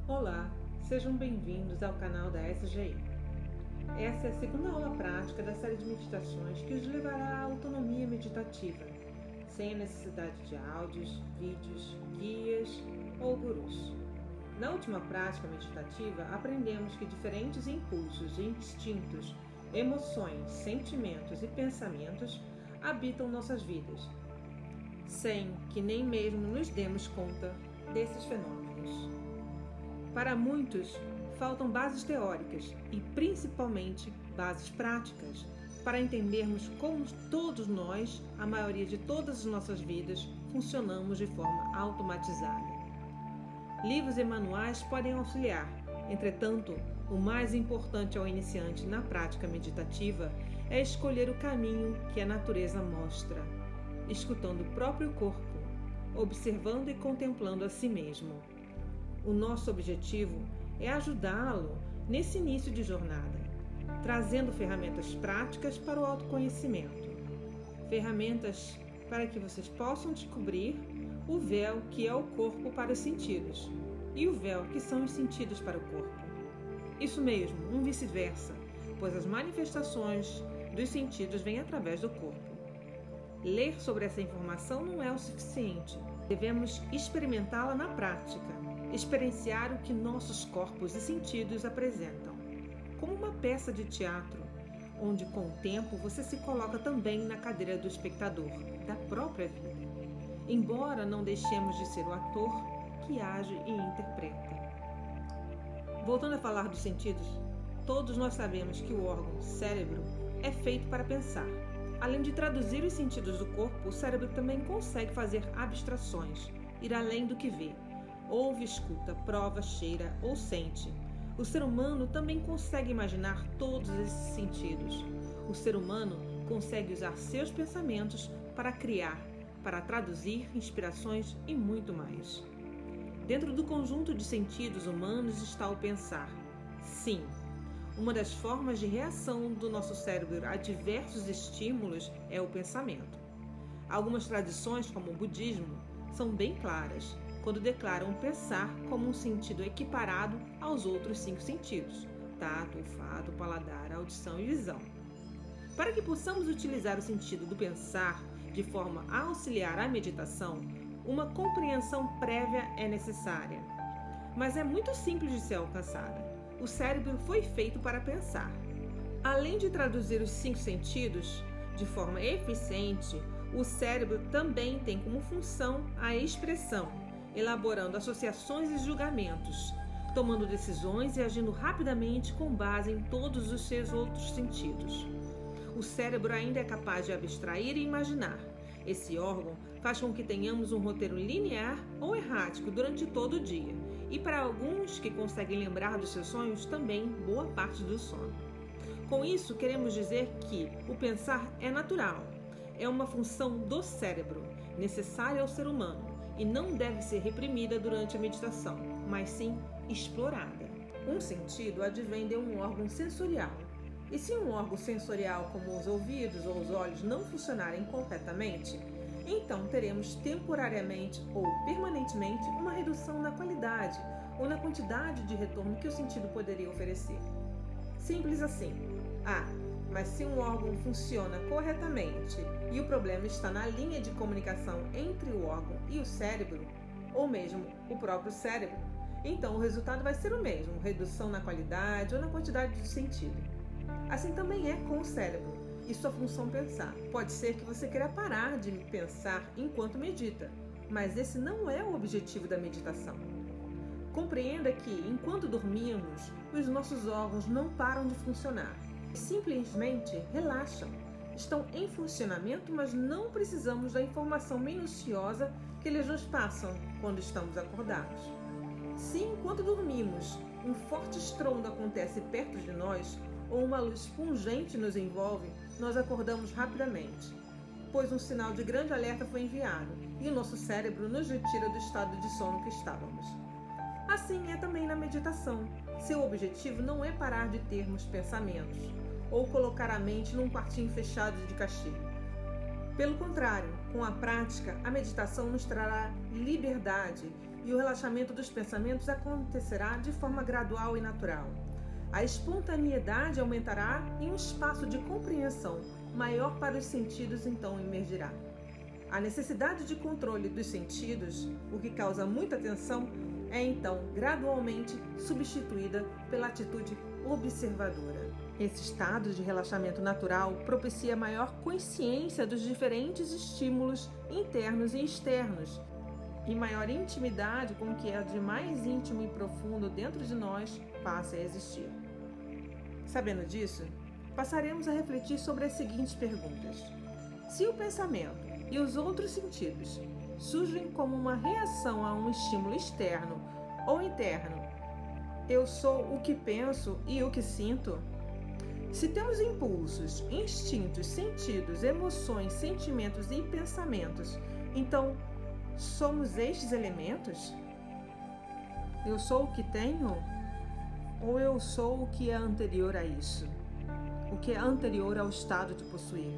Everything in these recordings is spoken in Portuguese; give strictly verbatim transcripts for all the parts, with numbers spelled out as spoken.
Olá, sejam bem-vindos ao canal da S G I. Essa é a segunda aula prática da série de meditações que os levará à autonomia meditativa, sem a necessidade de áudios, vídeos, guias ou gurus. Na última prática meditativa, aprendemos que diferentes impulsos, instintos, emoções, sentimentos e pensamentos habitam nossas vidas, sem que nem mesmo nos demos conta desses fenômenos. Para muitos, faltam bases teóricas e, principalmente, bases práticas para entendermos como todos nós, a maioria de todas as nossas vidas, funcionamos de forma automatizada. Livros e manuais podem auxiliar, entretanto, o mais importante ao iniciante na prática meditativa é escolher o caminho que a natureza mostra, escutando o próprio corpo, observando e contemplando a si mesmo. O nosso objetivo é ajudá-lo nesse início de jornada, trazendo ferramentas práticas para o autoconhecimento. Ferramentas para que vocês possam descobrir o véu que é o corpo para os sentidos e o véu que são os sentidos para o corpo. Isso mesmo, um vice-versa, pois as manifestações dos sentidos vêm através do corpo. Ler sobre essa informação não é o suficiente. Devemos experimentá-la na prática, experienciar o que nossos corpos e sentidos apresentam, como uma peça de teatro, onde com o tempo você se coloca também na cadeira do espectador, da própria vida, embora não deixemos de ser o ator que age e interpreta. Voltando a falar dos sentidos, todos nós sabemos que o órgão cérebro é feito para pensar. Além de traduzir os sentidos do corpo, o cérebro também consegue fazer abstrações, ir além do que vê. Ouve, escuta, prova, cheira ou sente. O ser humano também consegue imaginar todos esses sentidos. O ser humano consegue usar seus pensamentos para criar, para traduzir inspirações e muito mais. Dentro do conjunto de sentidos humanos está o pensar. Sim, uma das formas de reação do nosso cérebro a diversos estímulos é o pensamento. Algumas tradições, como o budismo, são bem claras quando declaram pensar como um sentido equiparado aos outros cinco sentidos: tato, olfato, paladar, audição e visão. Para que possamos utilizar o sentido do pensar de forma a auxiliar a meditação, uma compreensão prévia é necessária, mas é muito simples de ser alcançada. O cérebro foi feito para pensar. Além de traduzir os cinco sentidos de forma eficiente, o cérebro também tem como função a expressão, elaborando associações e julgamentos, tomando decisões e agindo rapidamente com base em todos os seus outros sentidos. O cérebro ainda é capaz de abstrair e imaginar. Esse órgão faz com que tenhamos um roteiro linear ou errático durante todo o dia, e para alguns que conseguem lembrar dos seus sonhos, também boa parte do sono. Com isso, queremos dizer que o pensar é natural, é uma função do cérebro, necessária ao ser humano, e não deve ser reprimida durante a meditação, mas sim explorada. Um sentido advém de um órgão sensorial. E se um órgão sensorial, como os ouvidos ou os olhos, não funcionarem corretamente, então teremos temporariamente ou permanentemente uma redução na qualidade ou na quantidade de retorno que o sentido poderia oferecer. Simples assim. Ah, mas se um órgão funciona corretamente e o problema está na linha de comunicação entre o órgão e o cérebro, ou mesmo o próprio cérebro, então o resultado vai ser o mesmo, redução na qualidade ou na quantidade de sentido. Assim também é com o cérebro e sua função pensar. Pode ser que você queira parar de pensar enquanto medita, mas esse não é o objetivo da meditação. Compreenda que, enquanto dormimos, os nossos órgãos não param de funcionar. Simplesmente relaxam. Estão em funcionamento, mas não precisamos da informação minuciosa que eles nos passam quando estamos acordados. Se, enquanto dormimos, um forte estrondo acontece perto de nós, ou uma luz pungente nos envolve, nós acordamos rapidamente, pois um sinal de grande alerta foi enviado e o nosso cérebro nos retira do estado de sono que estávamos. Assim é também na meditação. Seu objetivo não é parar de termos pensamentos ou colocar a mente num quartinho fechado de castigo. Pelo contrário, com a prática, a meditação nos trará liberdade e o relaxamento dos pensamentos acontecerá de forma gradual e natural. A espontaneidade aumentará e um espaço de compreensão maior para os sentidos então emergirá. A necessidade de controle dos sentidos, o que causa muita tensão, é então gradualmente substituída pela atitude observadora. Esse estado de relaxamento natural propicia maior consciência dos diferentes estímulos internos e externos e maior intimidade com o que é de mais íntimo e profundo dentro de nós passa a existir. Sabendo disso, passaremos a refletir sobre as seguintes perguntas. Se o pensamento e os outros sentidos surgem como uma reação a um estímulo externo ou interno, eu sou o que penso e o que sinto? Se temos impulsos, instintos, sentidos, emoções, sentimentos e pensamentos, então somos estes elementos? Eu sou o que tenho? Ou eu sou o que é anterior a isso? O que é anterior ao estado de possuir?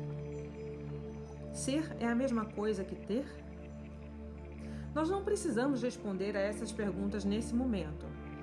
Ser é a mesma coisa que ter? Nós não precisamos responder a essas perguntas nesse momento.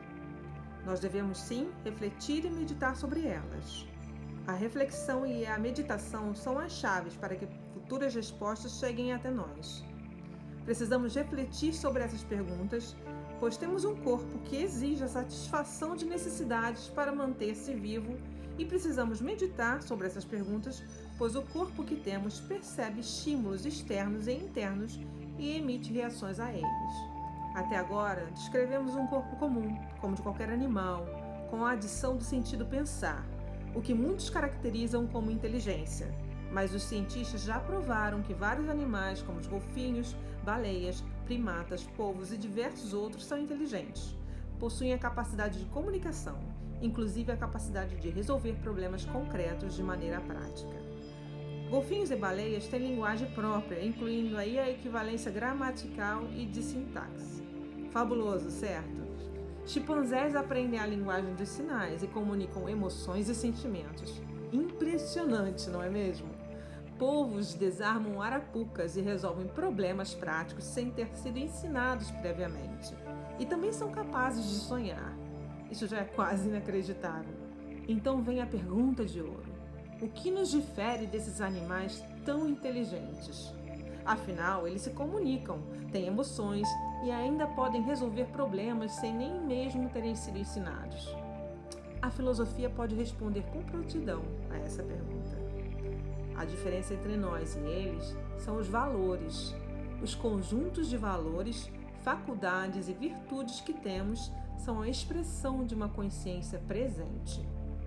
Nós devemos sim refletir e meditar sobre elas. A reflexão e a meditação são as chaves para que futuras respostas cheguem até nós. Precisamos refletir sobre essas perguntas, pois temos um corpo que exige a satisfação de necessidades para manter-se vivo e precisamos meditar sobre essas perguntas, pois o corpo que temos percebe estímulos externos e internos e emite reações a eles. Até agora, descrevemos um corpo comum, como de qualquer animal, com a adição do sentido pensar, o que muitos caracterizam como inteligência. Mas os cientistas já provaram que vários animais, como os golfinhos, baleias, primatas, polvos e diversos outros, são inteligentes. Possuem a capacidade de comunicação, inclusive a capacidade de resolver problemas concretos de maneira prática. Golfinhos e baleias têm linguagem própria, incluindo aí a equivalência gramatical e de sintaxe. Fabuloso, certo? Chimpanzés aprendem a linguagem dos sinais e comunicam emoções e sentimentos. Impressionante, não é mesmo? Polvos desarmam arapucas e resolvem problemas práticos sem ter sido ensinados previamente. E também são capazes de sonhar. Isso já é quase inacreditável. Então vem a pergunta de ouro. O que nos difere desses animais tão inteligentes? Afinal, eles se comunicam, têm emoções e ainda podem resolver problemas sem nem mesmo terem sido ensinados. A filosofia pode responder com prontidão a essa pergunta. A diferença entre nós e eles são os valores, os conjuntos de valores, faculdades e virtudes que temos são a expressão de uma consciência presente.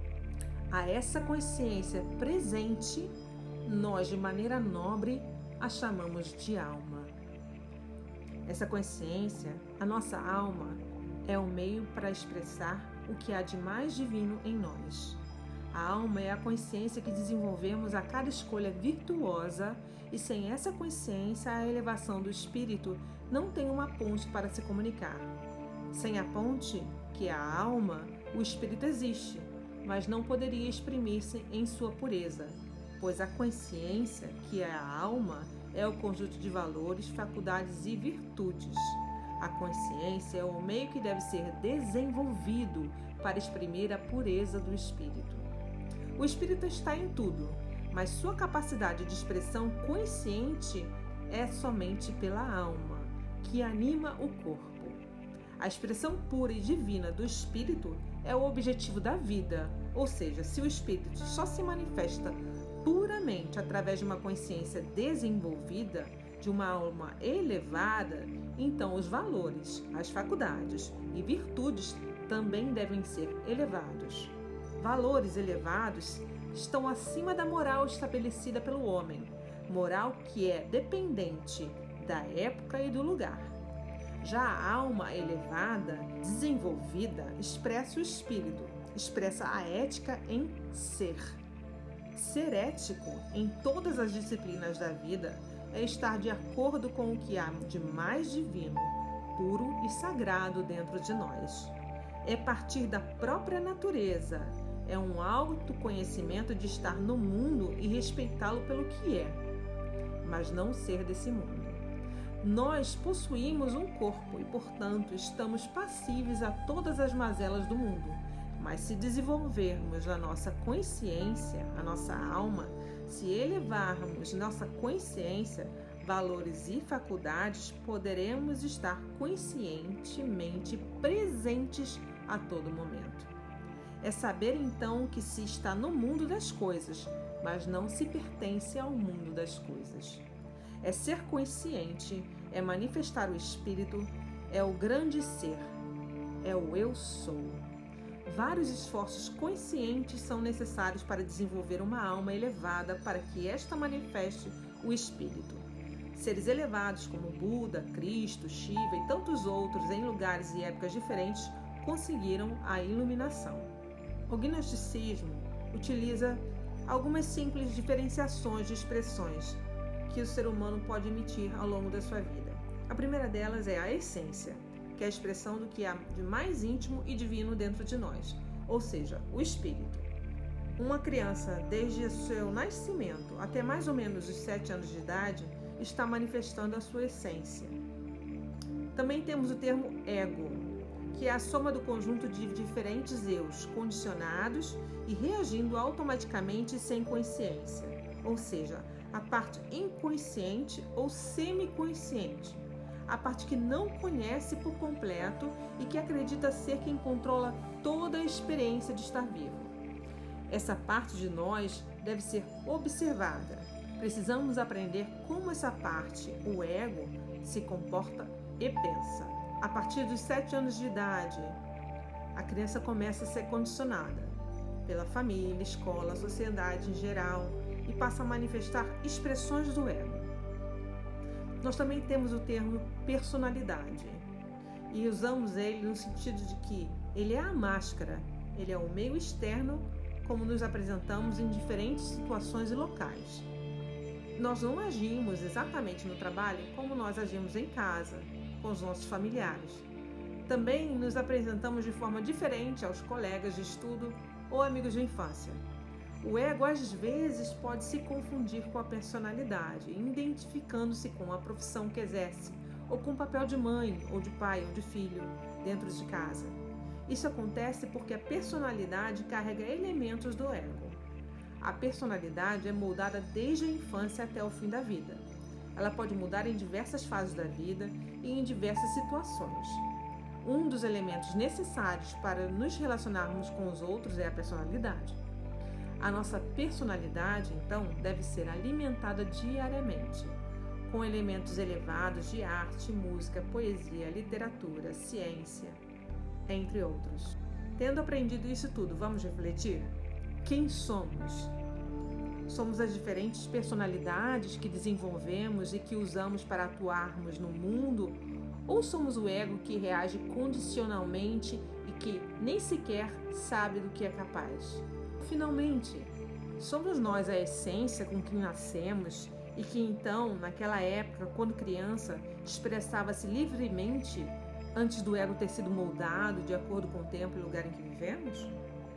A essa consciência presente, nós, de maneira nobre, a chamamos de alma. Essa consciência, a nossa alma, é o meio para expressar o que há de mais divino em nós. A alma é a consciência que desenvolvemos a cada escolha virtuosa e sem essa consciência, a elevação do espírito não tem uma ponte para se comunicar. Sem a ponte, que é a alma, o espírito existe, mas não poderia exprimir-se em sua pureza, pois a consciência, que é a alma, é o conjunto de valores, faculdades e virtudes. A consciência é o meio que deve ser desenvolvido para exprimir a pureza do espírito. O espírito está em tudo, mas sua capacidade de expressão consciente é somente pela alma, que anima o corpo. A expressão pura e divina do espírito é o objetivo da vida, ou seja, se o espírito só se manifesta puramente através de uma consciência desenvolvida, de uma alma elevada, então os valores, as faculdades e virtudes também devem ser elevados. Valores elevados estão acima da moral estabelecida pelo homem, moral que é dependente da época e do lugar. Já a alma elevada, desenvolvida, expressa o espírito, expressa a ética em ser. Ser ético em todas as disciplinas da vida é estar de acordo com o que há de mais divino, puro e sagrado dentro de nós. É partir da própria natureza, é um autoconhecimento de estar no mundo e respeitá-lo pelo que é, mas não ser desse mundo. Nós possuímos um corpo e, portanto, estamos passíveis a todas as mazelas do mundo. Mas se desenvolvermos a nossa consciência, a nossa alma, se elevarmos nossa consciência, valores e faculdades, poderemos estar conscientemente presentes a todo momento. É saber então que se está no mundo das coisas, mas não se pertence ao mundo das coisas. É ser consciente, é manifestar o espírito, é o grande ser, é o eu sou. Vários esforços conscientes são necessários para desenvolver uma alma elevada para que esta manifeste o espírito. Seres elevados como Buda, Cristo, Shiva e tantos outros em lugares e épocas diferentes conseguiram a iluminação. O gnosticismo utiliza algumas simples diferenciações de expressões que o ser humano pode emitir ao longo da sua vida. A primeira delas é a essência, que é a expressão do que há de mais íntimo e divino dentro de nós, ou seja, o espírito. Uma criança, desde o seu nascimento até mais ou menos os sete anos de idade, está manifestando a sua essência. Também temos o termo ego, que é a soma do conjunto de diferentes eus condicionados e reagindo automaticamente sem consciência, ou seja, a parte inconsciente ou semiconsciente, a parte que não conhece por completo e que acredita ser quem controla toda a experiência de estar vivo. Essa parte de nós deve ser observada. Precisamos aprender como essa parte, o ego, se comporta e pensa. A partir dos sete anos de idade, a criança começa a ser condicionada pela família, escola, sociedade em geral e passa a manifestar expressões do ego. Nós também temos o termo personalidade e usamos ele no sentido de que ele é a máscara, ele é o meio externo como nos apresentamos em diferentes situações e locais. Nós não agimos exatamente no trabalho como nós agimos em casa, com os nossos familiares. Também nos apresentamos de forma diferente aos colegas de estudo ou amigos de infância. O ego, às vezes, pode se confundir com a personalidade, identificando-se com a profissão que exerce, ou com o papel de mãe, ou de pai, ou de filho, dentro de casa. Isso acontece porque a personalidade carrega elementos do ego. A personalidade é moldada desde a infância até o fim da vida. Ela pode mudar em diversas fases da vida e em diversas situações. Um dos elementos necessários para nos relacionarmos com os outros é a personalidade. A nossa personalidade, então, deve ser alimentada diariamente, com elementos elevados de arte, música, poesia, literatura, ciência, entre outros. Tendo aprendido isso tudo, vamos refletir? Quem somos? Somos as diferentes personalidades que desenvolvemos e que usamos para atuarmos no mundo? Ou somos o ego que reage condicionalmente e que nem sequer sabe do que é capaz? Finalmente, somos nós a essência com que nascemos e que então, naquela época, quando criança, expressava-se livremente antes do ego ter sido moldado de acordo com o tempo e lugar em que vivemos?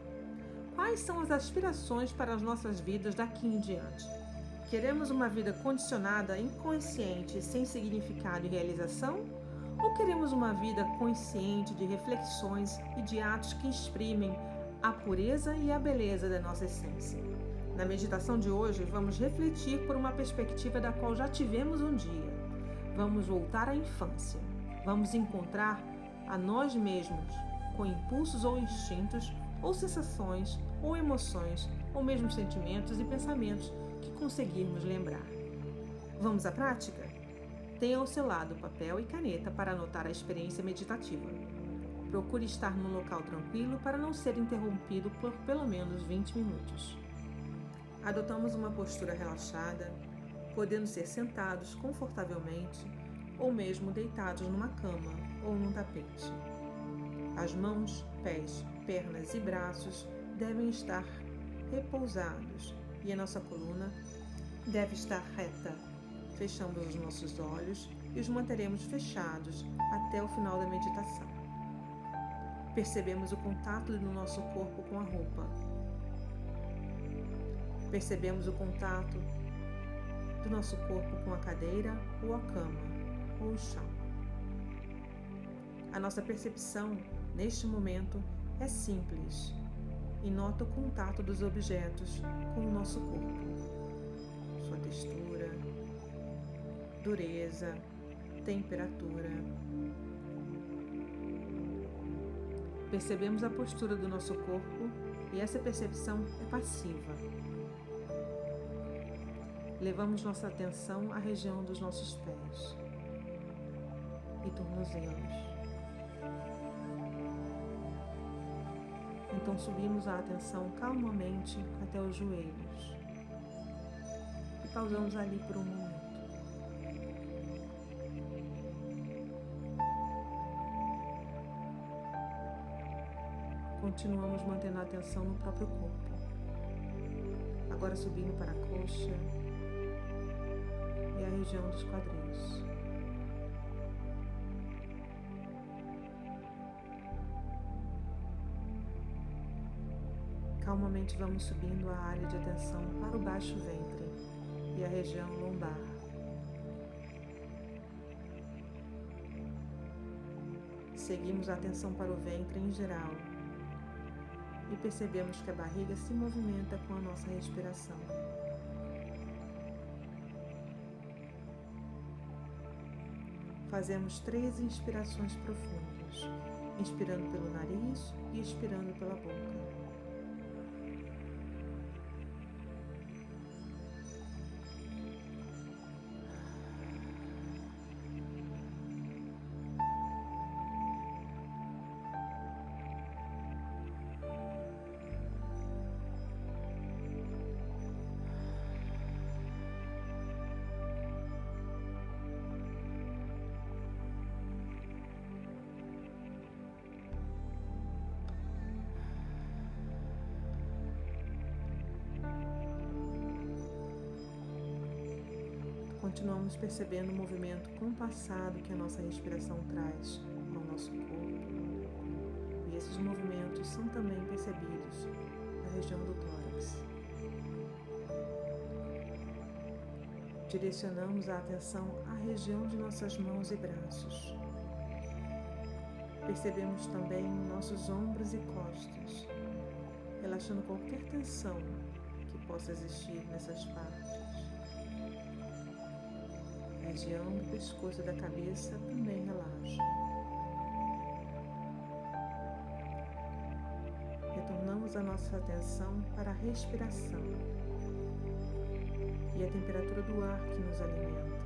Quais são as aspirações para as nossas vidas daqui em diante? Queremos uma vida condicionada, inconsciente, sem significado e realização? Ou queremos uma vida consciente de reflexões e de atos que exprimem a pureza e a beleza da nossa essência? Na meditação de hoje, vamos refletir por uma perspectiva da qual já tivemos um dia. Vamos voltar à infância. Vamos encontrar a nós mesmos com impulsos ou instintos, ou sensações, ou emoções, ou mesmo sentimentos e pensamentos que conseguirmos lembrar. Vamos à prática? Tenha ao seu lado papel e caneta para anotar a experiência meditativa. Procure estar num local tranquilo para não ser interrompido por pelo menos vinte minutos. Adotamos uma postura relaxada, podendo ser sentados confortavelmente ou mesmo deitados numa cama ou num tapete. As mãos, pés, pernas e braços devem estar repousados e a nossa coluna deve estar reta. Fechamos os nossos olhos e os manteremos fechados até o final da meditação. Percebemos o contato do nosso corpo com a roupa. Percebemos o contato do nosso corpo com a cadeira ou a cama, ou o chão. A nossa percepção, neste momento, é simples e nota o contato dos objetos com o nosso corpo, sua textura, dureza, temperatura. Percebemos a postura do nosso corpo e essa percepção é passiva. Levamos nossa atenção à região dos nossos pés e tornozelos. Então subimos a atenção calmamente até os joelhos e pausamos ali por um momento. Continuamos mantendo a atenção no próprio corpo. Agora subindo para a coxa e a região dos quadris. Calmamente vamos subindo a área de atenção para o baixo ventre e a região lombar. Seguimos a atenção para o ventre em geral e percebemos que a barriga se movimenta com a nossa respiração. Fazemos três inspirações profundas, inspirando pelo nariz e expirando pela boca. Continuamos percebendo o movimento compassado que a nossa respiração traz ao nosso corpo. E esses movimentos são também percebidos na região do tórax. Direcionamos a atenção à região de nossas mãos e braços. Percebemos também nossos ombros e costas, relaxando qualquer tensão que possa existir nessas partes. A região do pescoço e da cabeça também relaxa. Retornamos a nossa atenção para a respiração e a temperatura do ar que nos alimenta.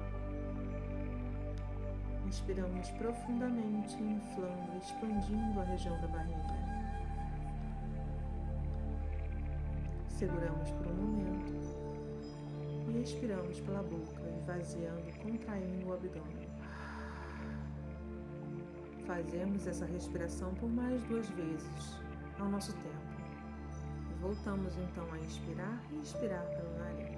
Inspiramos profundamente, inflando e expandindo a região da barriga. Seguramos por um momento e expiramos pela boca, esvaziando, contraindo o abdômen. Fazemos essa respiração por mais duas vezes ao nosso tempo. E voltamos então a inspirar e expirar pelo nariz.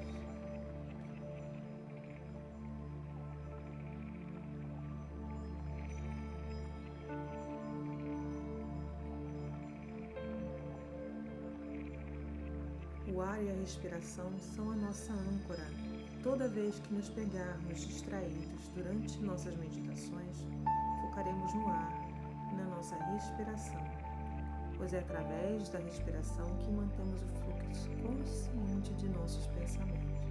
O ar e a respiração são a nossa âncora. Toda vez que nos pegarmos distraídos durante nossas meditações, focaremos no ar e na nossa respiração, pois é através da respiração que mantemos o fluxo consciente de nossos pensamentos.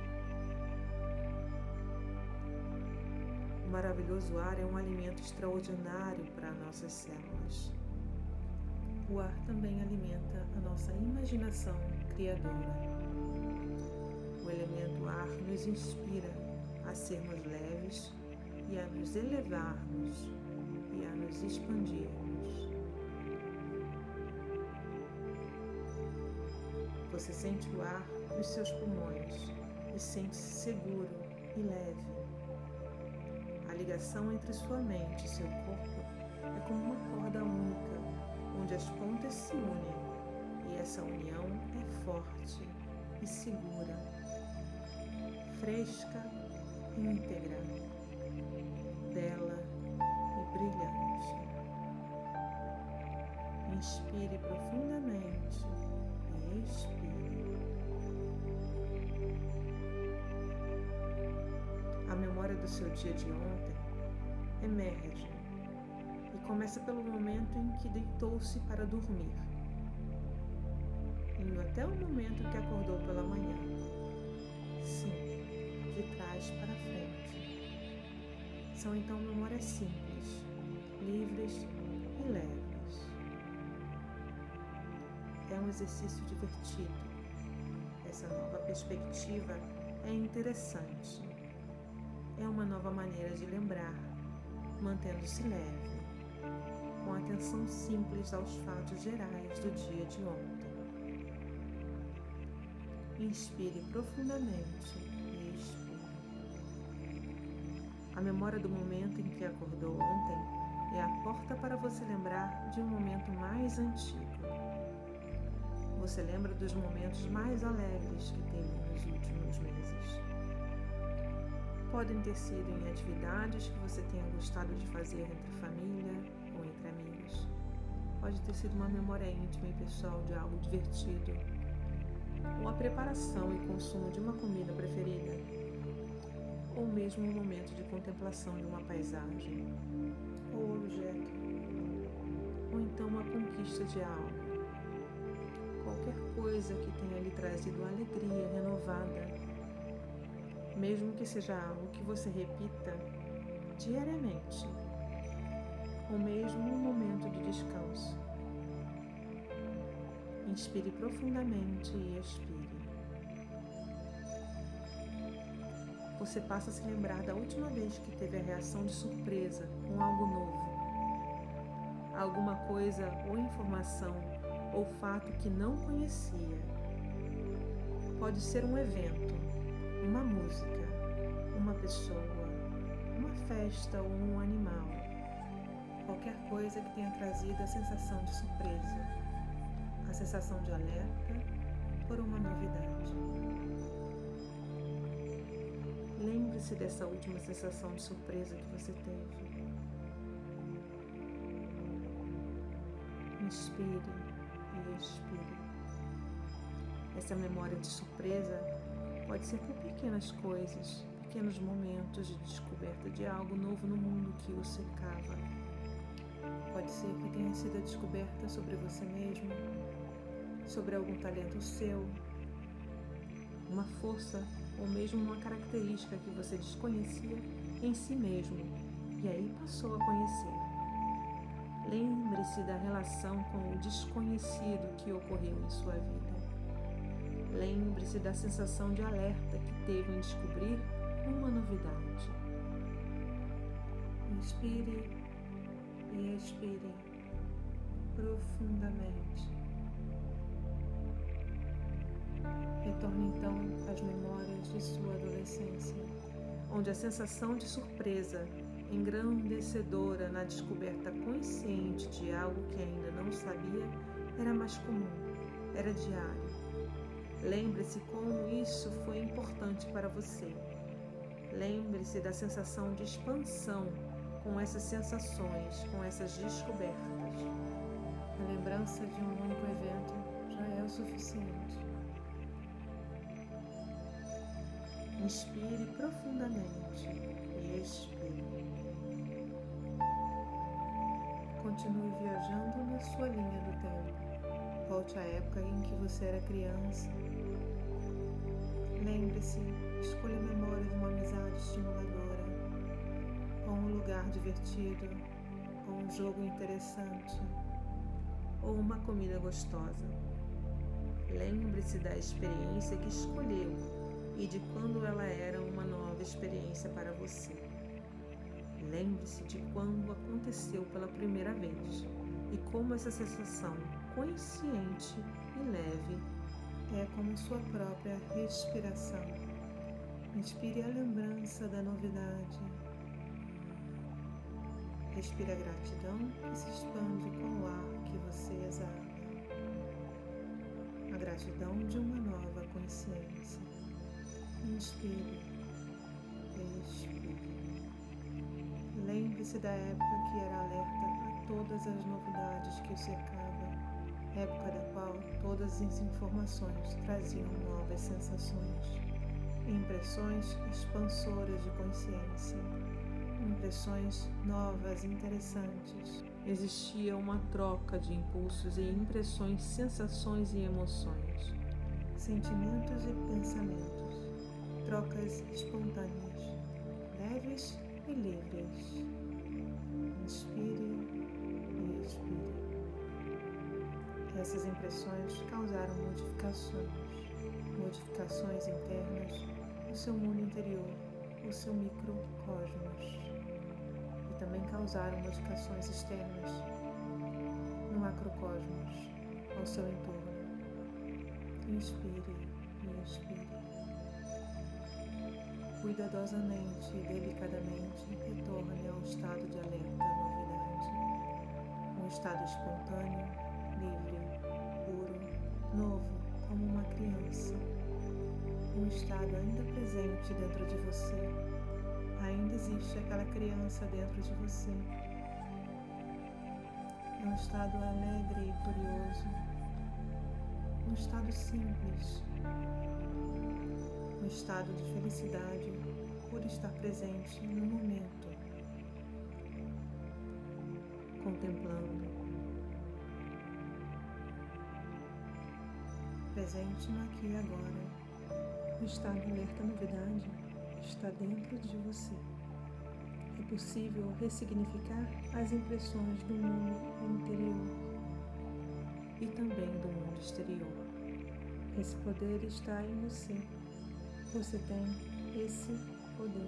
O maravilhoso ar é um alimento extraordinário para nossas células. O ar também alimenta a nossa imaginação criadora. O elemento ar nos inspira a sermos leves e a nos elevarmos e a nos expandirmos. Você sente o ar nos seus pulmões e sente-se seguro e leve. A ligação entre sua mente e seu corpo é como uma corda única, onde as pontas se unem, e essa união é forte e segura, fresca e íntegra, bela e brilhante. Inspire profundamente e expire. A memória do seu dia de ontem emerge e começa pelo momento em que deitou-se para dormir, indo até o momento que acordou pela manhã. Sim, de trás para frente. São então memórias simples, livres e leves. É um exercício divertido. Essa nova perspectiva é interessante. É uma nova maneira de lembrar, mantendo-se leve, com atenção simples aos fatos gerais do dia de ontem. Inspire profundamente e expire. A memória do momento em que acordou ontem é a porta para você lembrar de um momento mais antigo. Você lembra dos momentos mais alegres que teve nos últimos meses. Podem ter sido em atividades que você tenha gostado de fazer entre família ou entre amigos. Pode ter sido uma memória íntima e pessoal de algo divertido, ou a preparação e consumo de uma comida preferida, ou mesmo um momento de contemplação de uma paisagem, ou objeto, ou então uma conquista de algo. Qualquer coisa que tenha lhe trazido alegria renovada, mesmo que seja algo que você repita diariamente, ou mesmo um momento de descanso. Inspire profundamente e expire. Você passa a se lembrar da última vez que teve a reação de surpresa com algo novo, alguma coisa ou informação ou fato que não conhecia. Pode ser um evento, uma música, uma pessoa, uma festa ou um animal. Qualquer coisa que tenha trazido a sensação de surpresa, a sensação de alerta por uma novidade. Lembre-se dessa última sensação de surpresa que você teve. Inspire e expire. Essa memória de surpresa pode ser por pequenas coisas, pequenos momentos de descoberta de algo novo no mundo que o cercava. Pode ser que tenha sido a descoberta sobre você mesmo, sobre algum talento seu, uma força ou mesmo uma característica que você desconhecia em si mesmo e aí passou a conhecer. Lembre-se da relação com o desconhecido que ocorreu em sua vida. Lembre-se da sensação de alerta que teve em descobrir uma novidade. Inspire e expire profundamente. Retorne então às memórias de sua adolescência, onde a sensação de surpresa engrandecedora na descoberta consciente de algo que ainda não sabia era mais comum, era diário. Lembre-se como isso foi importante para você. Lembre-se da sensação de expansão com essas sensações, com essas descobertas. A lembrança de um único evento já é o suficiente. Inspire profundamente e expire. Continue viajando na sua linha do tempo. Volte à época em que você era criança. Lembre-se, escolha a memória de uma amizade estimuladora, ou um lugar divertido, ou um jogo interessante, ou uma comida gostosa. Lembre-se da experiência que escolheu e de quando ela era uma nova experiência para você. Lembre-se de quando aconteceu pela primeira vez e como essa sensação consciente e leve é como sua própria respiração. Inspire a lembrança da novidade. Respire a gratidão que se expande com o ar que você exala. A gratidão de uma nova consciência. Inspire, expire. Lembre-se da época que era alerta a todas as novidades que o cercava, época da qual todas as informações traziam novas sensações. impressões expansoras de consciência, impressões novas e interessantes. Existia uma troca de impulsos e impressões, sensações e emoções, sentimentos e pensamentos, trocas espontâneas, leves e livres. Inspire e expire. Essas impressões causaram modificações, modificações internas no seu mundo interior, o seu microcosmos, e também causaram modificações externas no macrocosmos, ao seu entorno. Inspire e expire. Cuidadosamente e delicadamente retorne ao estado de alerta novidade, um estado espontâneo, livre, puro, novo, como uma criança, um estado ainda presente dentro de você. Ainda existe aquela criança dentro de você. É um estado alegre e curioso, um estado simples, um estado de felicidade por estar presente no momento, contemplando, presente no aqui e agora. O estado alerta novidade está dentro de você. É possível ressignificar as impressões do mundo interior e também do mundo exterior. Esse poder está em você. Você tem esse poder.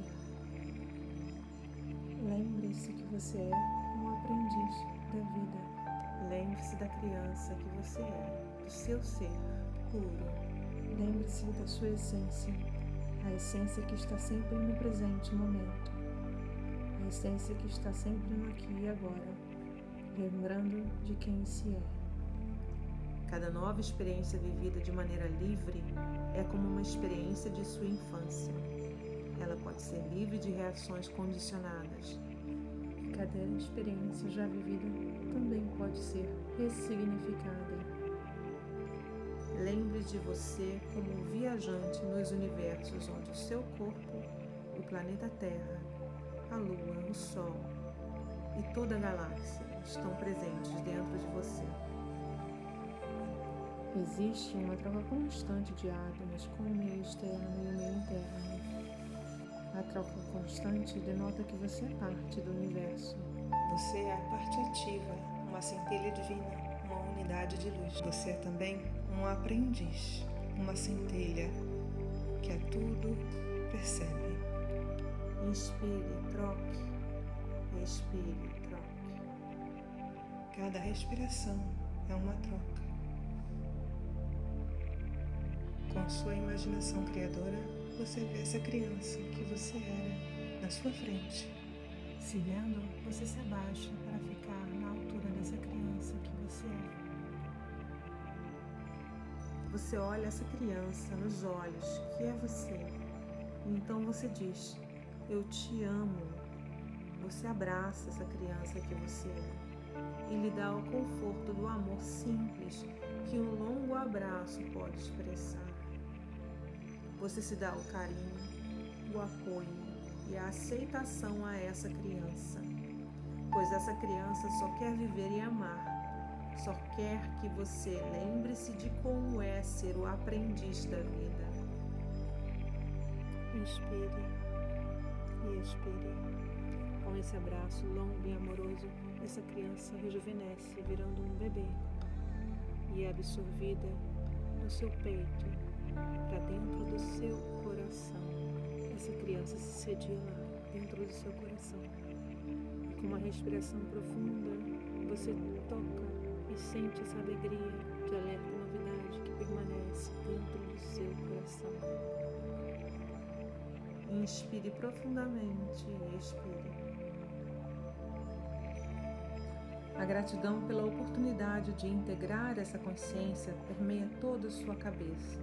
Lembre-se que você é um aprendiz da vida. Lembre-se da criança que você é, do seu ser puro. Lembre-se da sua essência, a essência que está sempre no presente momento, a essência que está sempre no aqui e agora, lembrando de quem se é. Cada nova experiência vivida de maneira livre é como uma experiência de sua infância. Ela pode ser livre de reações condicionadas. E cada experiência já vivida também pode ser ressignificada. Lembre de você como um viajante nos universos onde o seu corpo, o planeta Terra, a Lua, o Sol e toda a galáxia estão presentes dentro de você. Existe uma troca constante de átomos com o meio externo e o meio interno. A troca constante denota que você é parte do universo. Você é a parte ativa, uma centelha divina, uma unidade de luz. Você é também um aprendiz, uma centelha que a tudo percebe. Inspire, troque. Expire, troque. Cada respiração é uma troca. Com sua imaginação criadora, você vê essa criança que você era na sua frente. Se vendo, você se abaixa para ficar na altura dessa criança que você é. Você olha essa criança nos olhos, que é você. E então você diz: eu te amo. Você abraça essa criança que você é e lhe dá o conforto do amor simples que um longo abraço pode expressar. Você se dá o carinho, o apoio e a aceitação a essa criança, pois essa criança só quer viver e amar, só quer que você lembre-se de como é ser o aprendiz da vida. Inspire e expire. Com esse abraço longo e amoroso, essa criança rejuvenesce, virando um bebê, e é absorvida no seu peito, para dentro do seu coração. Essa criança se sedia lá, dentro do seu coração. Com uma respiração profunda, você toca e sente essa alegria de alerta e novidade que permanece dentro do seu coração. Inspire profundamente e expire. A gratidão pela oportunidade de integrar essa consciência permeia toda a sua cabeça,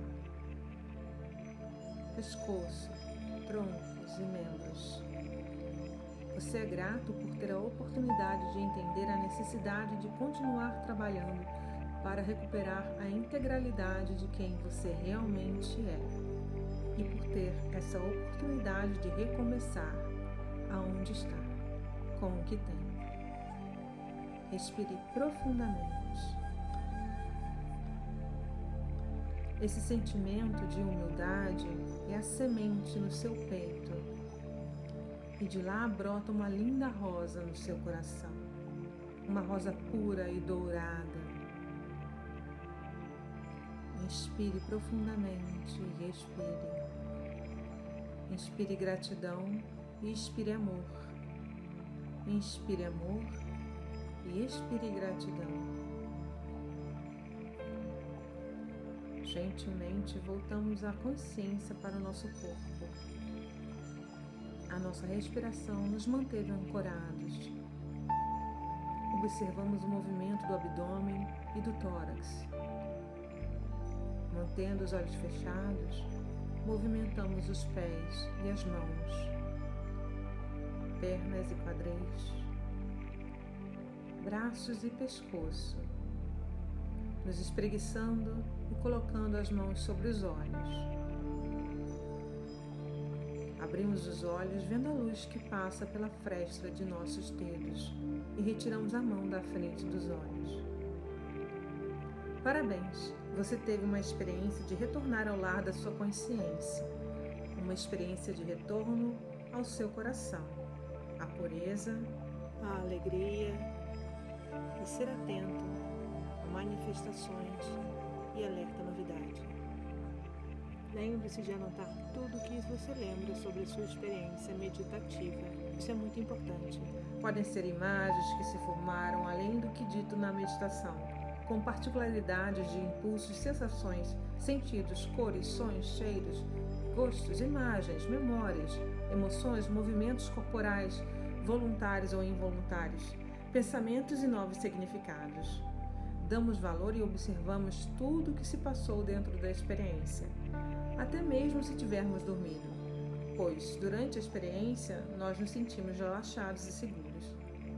pescoço, troncos e membros. Você é grato por ter a oportunidade de entender a necessidade de continuar trabalhando para recuperar a integralidade de quem você realmente é. e por ter essa oportunidade de recomeçar aonde está, com o que tem. Respire profundamente. Esse sentimento de humildade é a semente no seu peito e de lá brota uma linda rosa no seu coração, uma rosa pura e dourada. Inspire profundamente e expire. Inspire gratidão e expire amor. Inspire amor e expire gratidão. Gentilmente voltamos a consciência para o nosso corpo. A nossa respiração nos manteve ancorados. Observamos o movimento do abdômen e do tórax. Mantendo os olhos fechados, movimentamos os pés e as mãos, pernas e quadris, braços e pescoço, nos espreguiçando e colocando as mãos sobre os olhos. Abrimos os olhos vendo a luz que passa pela fresta de nossos dedos e retiramos a mão da frente dos olhos. Parabéns! Você teve uma experiência de retornar ao lar da sua consciência, uma experiência de retorno ao seu coração, a pureza, a alegria e ser atento a manifestações e alerta novidade. Lembre-se de anotar tudo o que você lembra sobre a sua experiência meditativa. Isso é muito importante. Podem ser imagens que se formaram além do que dito na meditação, com particularidades de impulsos, sensações, sentidos, cores, sons, cheiros, gostos, imagens, memórias, emoções, movimentos corporais, voluntários ou involuntários, pensamentos e novos significados. Damos valor e observamos tudo o que se passou dentro da experiência, até mesmo se tivermos dormido, pois durante a experiência nós nos sentimos relaxados e seguros.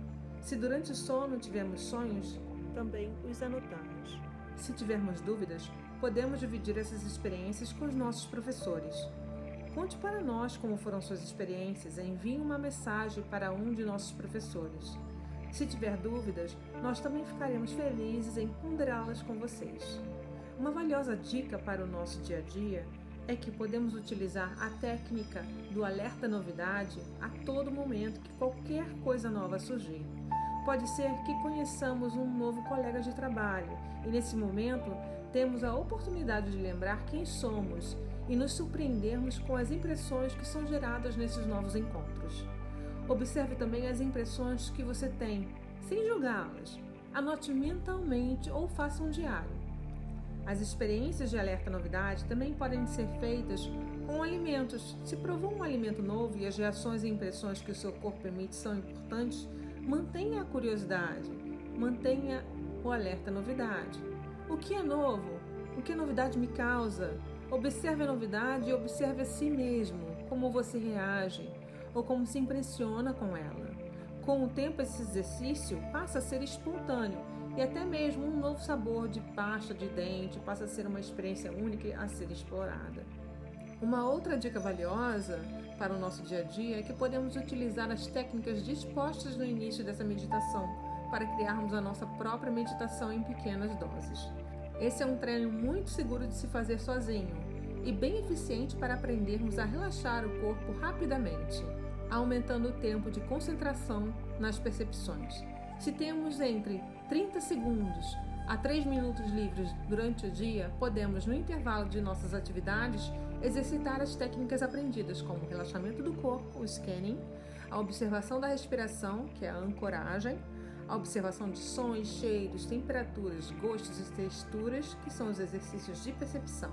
Se durante o sono tivermos sonhos, também os anotamos. Se tivermos dúvidas, podemos dividir essas experiências com os nossos professores. Conte para nós como foram suas experiências e envie uma mensagem para um de nossos professores. Se tiver dúvidas, nós também ficaremos felizes em ponderá-las com vocês. Uma valiosa dica para o nosso dia a dia é que podemos utilizar a técnica do alerta novidade a todo momento que qualquer coisa nova surgir. Pode ser que conheçamos um novo colega de trabalho e, nesse momento, temos a oportunidade de lembrar quem somos e nos surpreendermos com as impressões que são geradas nesses novos encontros. Observe também as impressões que você tem, sem julgá-las. Anote mentalmente ou faça um diário. As experiências de alerta novidade também podem ser feitas com alimentos. Se provou um alimento novo e as reações e impressões que o seu corpo emite são importantes, mantenha a curiosidade, mantenha o alerta novidade. O que é novo? O que a novidade me causa? Observe a novidade e observe a si mesmo, como você reage ou como se impressiona com ela. Com o tempo, esse exercício passa a ser espontâneo e até mesmo um novo sabor de pasta de dente passa a ser uma experiência única a ser explorada. Uma outra dica valiosa para o nosso dia a dia é que podemos utilizar as técnicas dispostas no início dessa meditação para criarmos a nossa própria meditação em pequenas doses. Esse é um treino muito seguro de se fazer sozinho e bem eficiente para aprendermos a relaxar o corpo rapidamente, aumentando o tempo de concentração nas percepções. Se temos entre trinta segundos a três minutos livres durante o dia, podemos, no intervalo de nossas atividades, exercitar as técnicas aprendidas, como o relaxamento do corpo, o scanning, a observação da respiração, que é a ancoragem, a observação de sons, cheiros, temperaturas, gostos e texturas, que são os exercícios de percepção.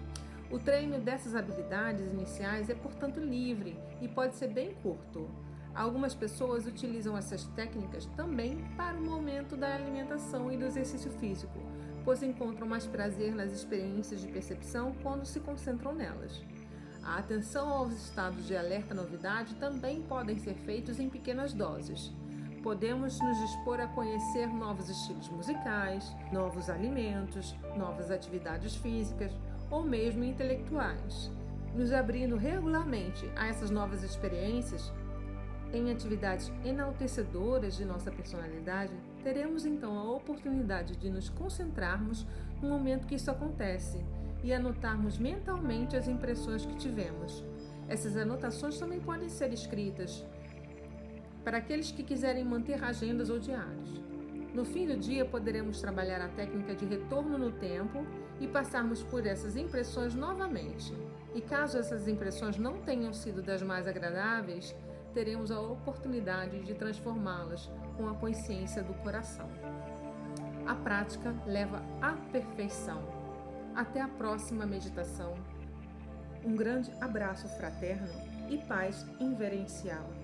O treino dessas habilidades iniciais é, portanto, livre e pode ser bem curto. Algumas pessoas utilizam essas técnicas também para o momento da alimentação e do exercício físico, pois encontram mais prazer nas experiências de percepção quando se concentram nelas. A atenção aos estados de alerta novidade também podem ser feitos em pequenas doses. Podemos nos dispor a conhecer novos estilos musicais, novos alimentos, novas atividades físicas ou mesmo intelectuais. nos abrindo regularmente a essas novas experiências, em atividades enaltecedoras de nossa personalidade, teremos então a oportunidade de nos concentrarmos no momento que isso acontece e anotarmos mentalmente as impressões que tivemos. Essas anotações também podem ser escritas para aqueles que quiserem manter agendas ou diários. No fim do dia, poderemos trabalhar a técnica de retorno no tempo e passarmos por essas impressões novamente. E caso essas impressões não tenham sido das mais agradáveis, teremos a oportunidade de transformá-las com a consciência do coração. A prática leva à perfeição. Até a próxima meditação. Um grande abraço fraterno e paz inverencial.